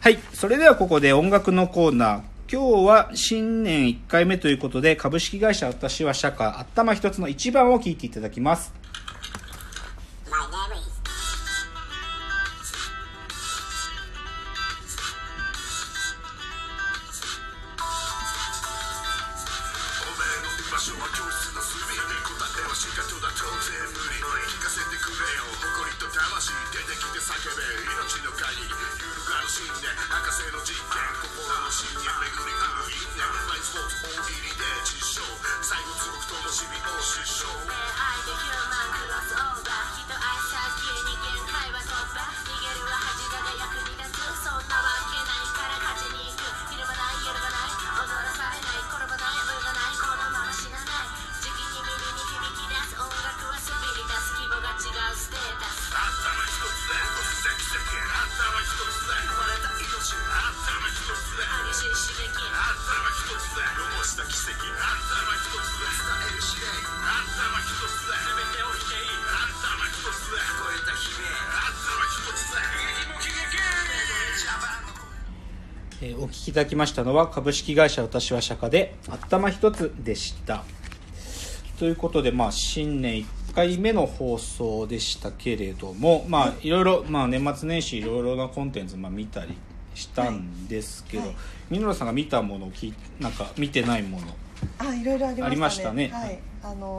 はい、それではここで音楽のコーナー。今日は新年1回目ということで、株式会社私は社歌頭一つの一番を聴いていただきます。お聞きいただきましたのは株式会社私は社歌で頭一つでした。ということで、新年1回目の放送でしたけれども、いろいろ、年末年始いろいろなコンテンツ見たりしたんですけど、箕浦さんが見たものなんか見てないものいろいろありましたね。 はい、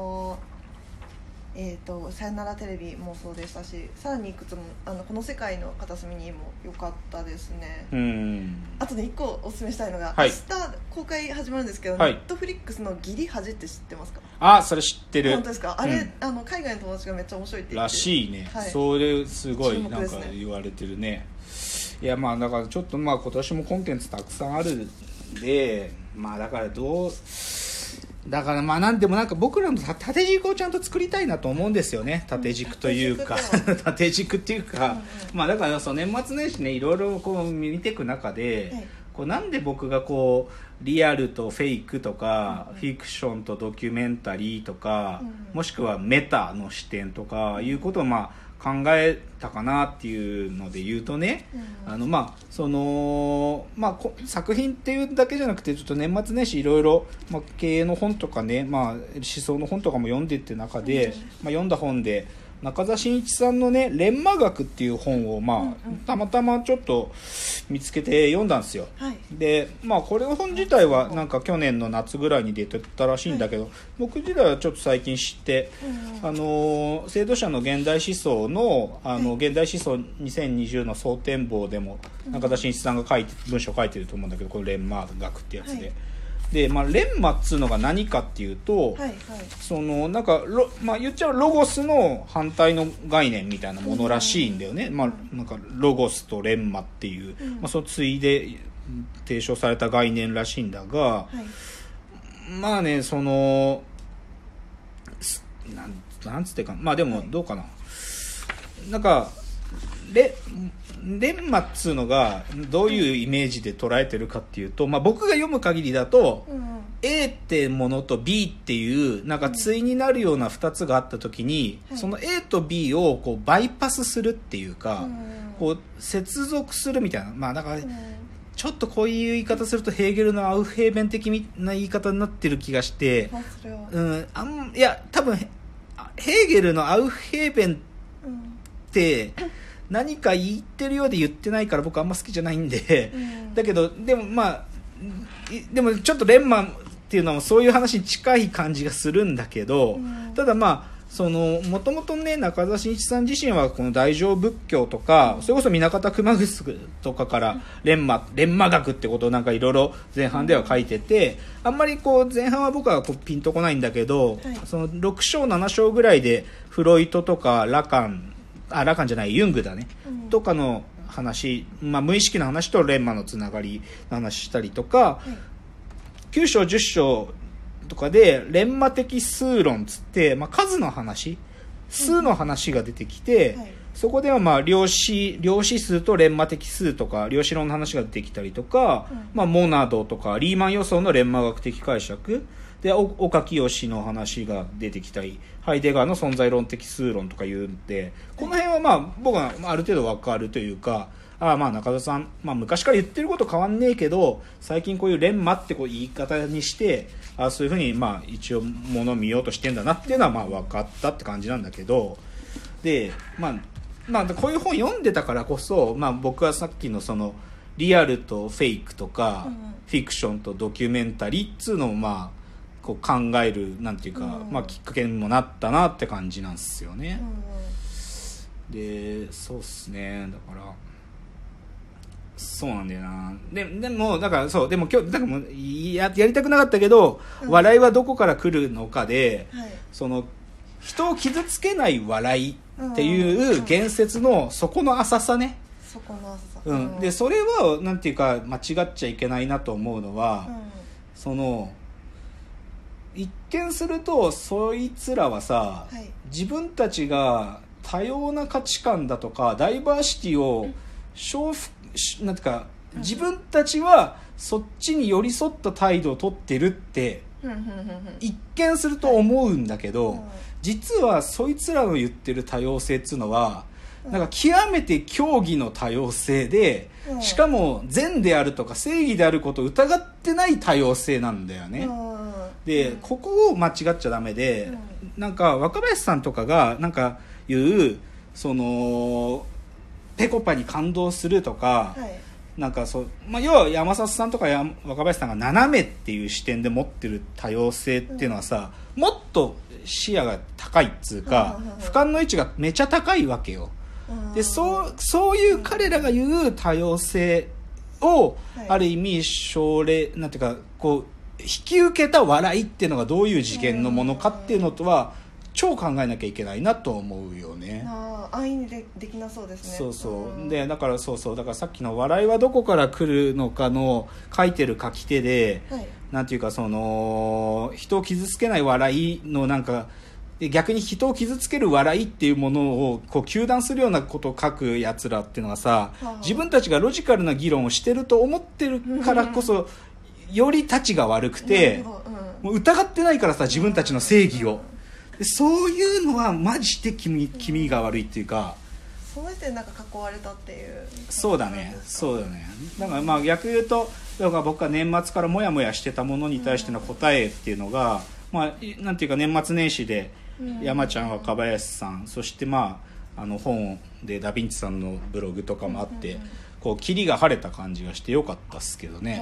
さよならテレビもそうでしたし、さらにいくつもこの世界の片隅にも良かったですね。あとね、1個おすすめしたいのが、明日公開始まるんですけど、ネットフリックスのギリ恥って知ってますか？ それ知ってる。 本当ですか？あれ、海外の友達がめっちゃ面白いって言ってらしいね。それすごいなんか言われてるね。いや、だからちょっと今年もコンテンツたくさんあるんで、だからなんでも僕らの縦軸をちゃんと作りたいなと思うんですよね。縦軸というか縦軸っていうか、だからその年末年始ね、いろいろこう見ていく中で、なんで僕がこうリアルとフェイクとか、フィクションとドキュメンタリーとか、もしくはメタの視点とかいうことを考えたかなっていうので言うとね、作品っていうだけじゃなくて、ちょっと年末年始いろいろ経営の本とかね、思想の本とかも読んでって中で、読んだ本で中澤真一さんのね、レンマ学っていう本をたまたまちょっと見つけて読んだんですよ。で、これの本自体は去年の夏ぐらいに出てたらしいんだけど、僕自体はちょっと最近知って、制度者の現代思想の現代思想2020の総展望でも中田真一さんが文章書いてると思うんだけど、このレンマ学ってやつで。で、レンマっつうのが何かっていうと、その言っちゃうロゴスの反対の概念みたいなものらしいんだよね。ロゴスとレンマっていう、その対で提唱された概念らしいんだが、そのなんつってか、でもどうかな、レンマっつうのがどういうイメージで捉えてるかっていうと、僕が読む限りだと、A ってものと B っていう対になるような2つがあった時に、その A と B をこうバイパスするっていうか、こう接続するみたいな、だからちょっとこういう言い方するとヘーゲルのアウフヘーベン的な言い方になってる気がして、いや多分ヘーゲルのアウフヘーベンって何か言ってるようで言ってないから僕あんま好きじゃないんで、だけどでもちょっとレンマっていうのもそういう話に近い感じがするんだけど、ただそのもともとね、中澤真一さん自身はこの大乗仏教とか、それこそ南方熊楠とかからレンマ学ってことをいろいろ前半では書いてて、あんまりこう前半は僕はこうピンとこないんだけど、その6章7章ぐらいでフロイトとかラカンじゃないユングだね、とかの話、無意識の話とレンマのつながりの話したりとか、9章10章とかでレンマ的数論つって、数の話、数の話が出てきて、そこでは量子数とレンマ的数とか量子論の話が出てきたりとか、モナドとかリーマン予想のレンマ学的解釈で、岡清の話が出てきたり、ハイデガーの存在論的数論とか言うんで、この辺は僕はある程度わかるというか、 まあ中田さん、まあ、昔から言ってること変わんねえけど最近こういう連磨ってこう言い方にしてそういうふうにまあ一応物を見ようとしてんだなっていうのはまあ分かったって感じなんだけど、でまあこういう本読んでたからこそ、まあ、僕はさっきのそのリアルとフェイクとか、フィクションとドキュメンタリーっつうのをまあこう考えるなんていうか、まあ、きっかけにもなったなって感じなんですよね。でそうっすね、だからそうなんだよな。でもだからそうでも今日だからもうやりたくなかったけど、笑いはどこから来るのかで、その人を傷つけない笑いっていう言説の底の浅さね。 底の浅さ。 でそれはなんていうか間違っちゃいけないなと思うのは、その一見するとそいつらはさ、自分たちが多様な価値観だとかダイバーシティをなんていうか自分たちはそっちに寄り添った態度を取ってるって一見すると思うんだけど、実はそいつらの言ってる多様性っていうのはなんか極めて教義の多様性で、しかも善であるとか正義であることを疑ってない多様性なんだよね。でここを間違っちゃダメで、なんか若林さんとかがなんか言うそのペコパに感動するとか、なんかそう、まあ、要は山里さんとか若林さんが斜めっていう視点で持ってる多様性っていうのはさ、もっと視野が高いっつうか、俯瞰の位置がめちゃ高いわけよ。でそういう彼らが言う多様性を、ある意味奨励なんていうかこう引き受けた笑いっていうのがどういう次元のものかっていうのとは超考えなきゃいけないなと思うよね。 安易に できなそうですね。 そうでだからだからさっきの笑いはどこから来るのかの書いてる書き手で、なんていうかその人を傷つけない笑いのなんか逆に人を傷つける笑いっていうものをこう糾弾するようなことを書くやつらっていうのはさ、自分たちがロジカルな議論をしてると思ってるからこそよりたちが悪くて、もう疑ってないからさ自分たちの正義を。そういうのはマジで気味が悪いっていうか、 その時点でなんか囲われたっていう。 そうだねだからまあ逆言うとだから僕は年末からモヤモヤしてたものに対しての答えっていうのが、まあなんていうか年末年始で山ちゃん若林さん、そしてまあ本でダヴィンチさんのブログとかもあって、こう霧が晴れた感じがしてよかったっすけどね。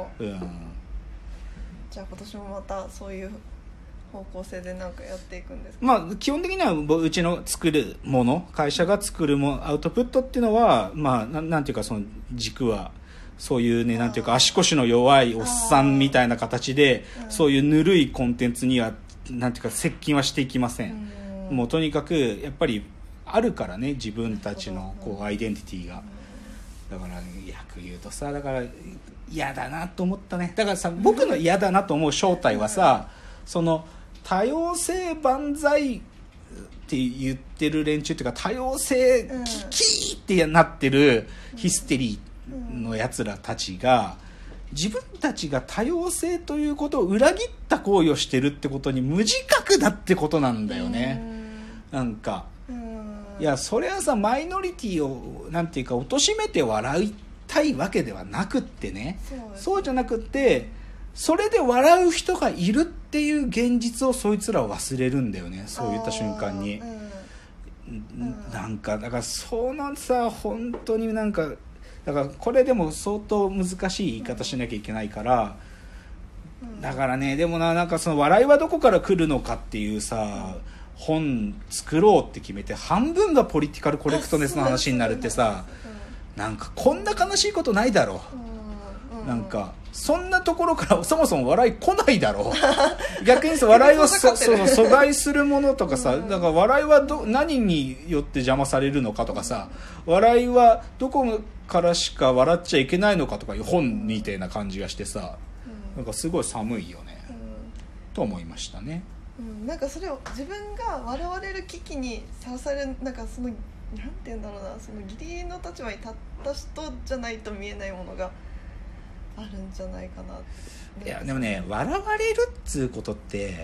じゃあ今年もまたそういう方向性でなんかやっていくんですか。 まあ基本的にはうちの作るもの、会社が作るもアウトプットっていうのはまあなんていうかその軸はそういうね、なんていうか足腰の弱いおっさんみたいな形で、そういうぬるいコンテンツにはなんていうか接近はしていきません。もうとにかくやっぱりあるからね、自分たちのこうアイデンティティが。だから役言うとさ、だから嫌だなと思ったね。だからさ、僕の嫌だなと思う正体はさ、その多様性万歳って言ってる連中っていうか、多様性キーってなってるヒステリーのやつらたちが、自分たちが多様性ということを裏切った行為をしてるってことに無自覚だってことなんだよね。なんかいや、それはさ、マイノリティをなんていうか貶めて笑いたいわけではなくってね、そうじゃなくってそれで笑う人がいるっていう現実をそいつらは忘れるんだよね、そういった瞬間に。なんかだからそのさ、本当になんかだからこれでも相当難しい言い方しなきゃいけないから、だからね、でもなんかその笑いはどこから来るのかっていうさ、本作ろうって決めて半分がポリティカルコレクトネスの話になるってさ、なんかこんな悲しいことないだろう。なんかそんなところからそもそも笑い来ないだろう。逆にさ、笑いを阻害するものとかさ、だから笑いは何によって邪魔されるのかとかさ、笑いはどこからしか笑っちゃいけないのかとかいう本みたいな感じがしてさ、なんかすごい寒いよね、と思いましたね。 なんかそれを自分が笑われる危機にさらされる、なんかそのなんて言うんだろうな、その義理の立場に立った人じゃないと見えないものがあるんじゃないかな。 いやでもね、笑われるっつうことって、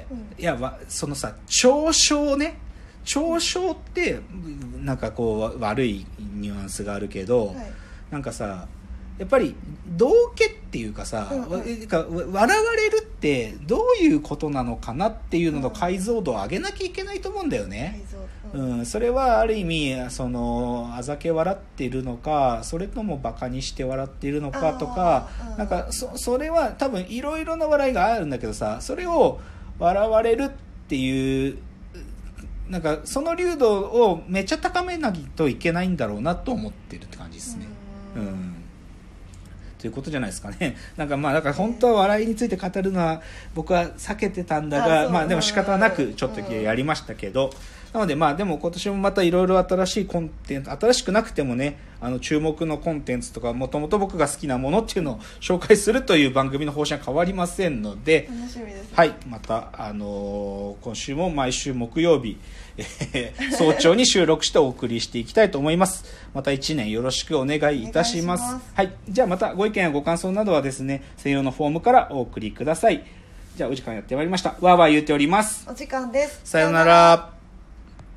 いやそのさ、嘲笑ってなんかこう悪いニュアンスがあるけど、 なんかさやっぱり道化っていうかさ、笑われるってどういうことなのかなっていうのの解像度を上げなきゃいけないと思うんだよね。それはある意味あざけ笑っているのか、それともバカにして笑っているのかとか、なんかそれは多分いろいろな笑いがあるんだけどさ、それを笑われるっていうなんかその流度をめっちゃ高めないといけないんだろうなと思ってるって感じですね。ということじゃないですかね。なんかだから本当は笑いについて語るのは僕は避けてたんだが、でも仕方なくちょっとやりましたけど、なのででも今年もまたいろいろ新しいコンテンツ、新しくなくてもね、注目のコンテンツとかもともと僕が好きなものっていうのを紹介するという番組の方針は変わりませんので、 楽しみですね。 はい、また今週も毎週木曜日早朝に収録してお送りしていきたいと思います。また1年よろしくお願いいたします。はい、じゃあまたご意見やご感想などはですね、専用のフォームからお送りください。じゃあお時間やってまいりました。わーわー言うております。 お時間です。 さよなら。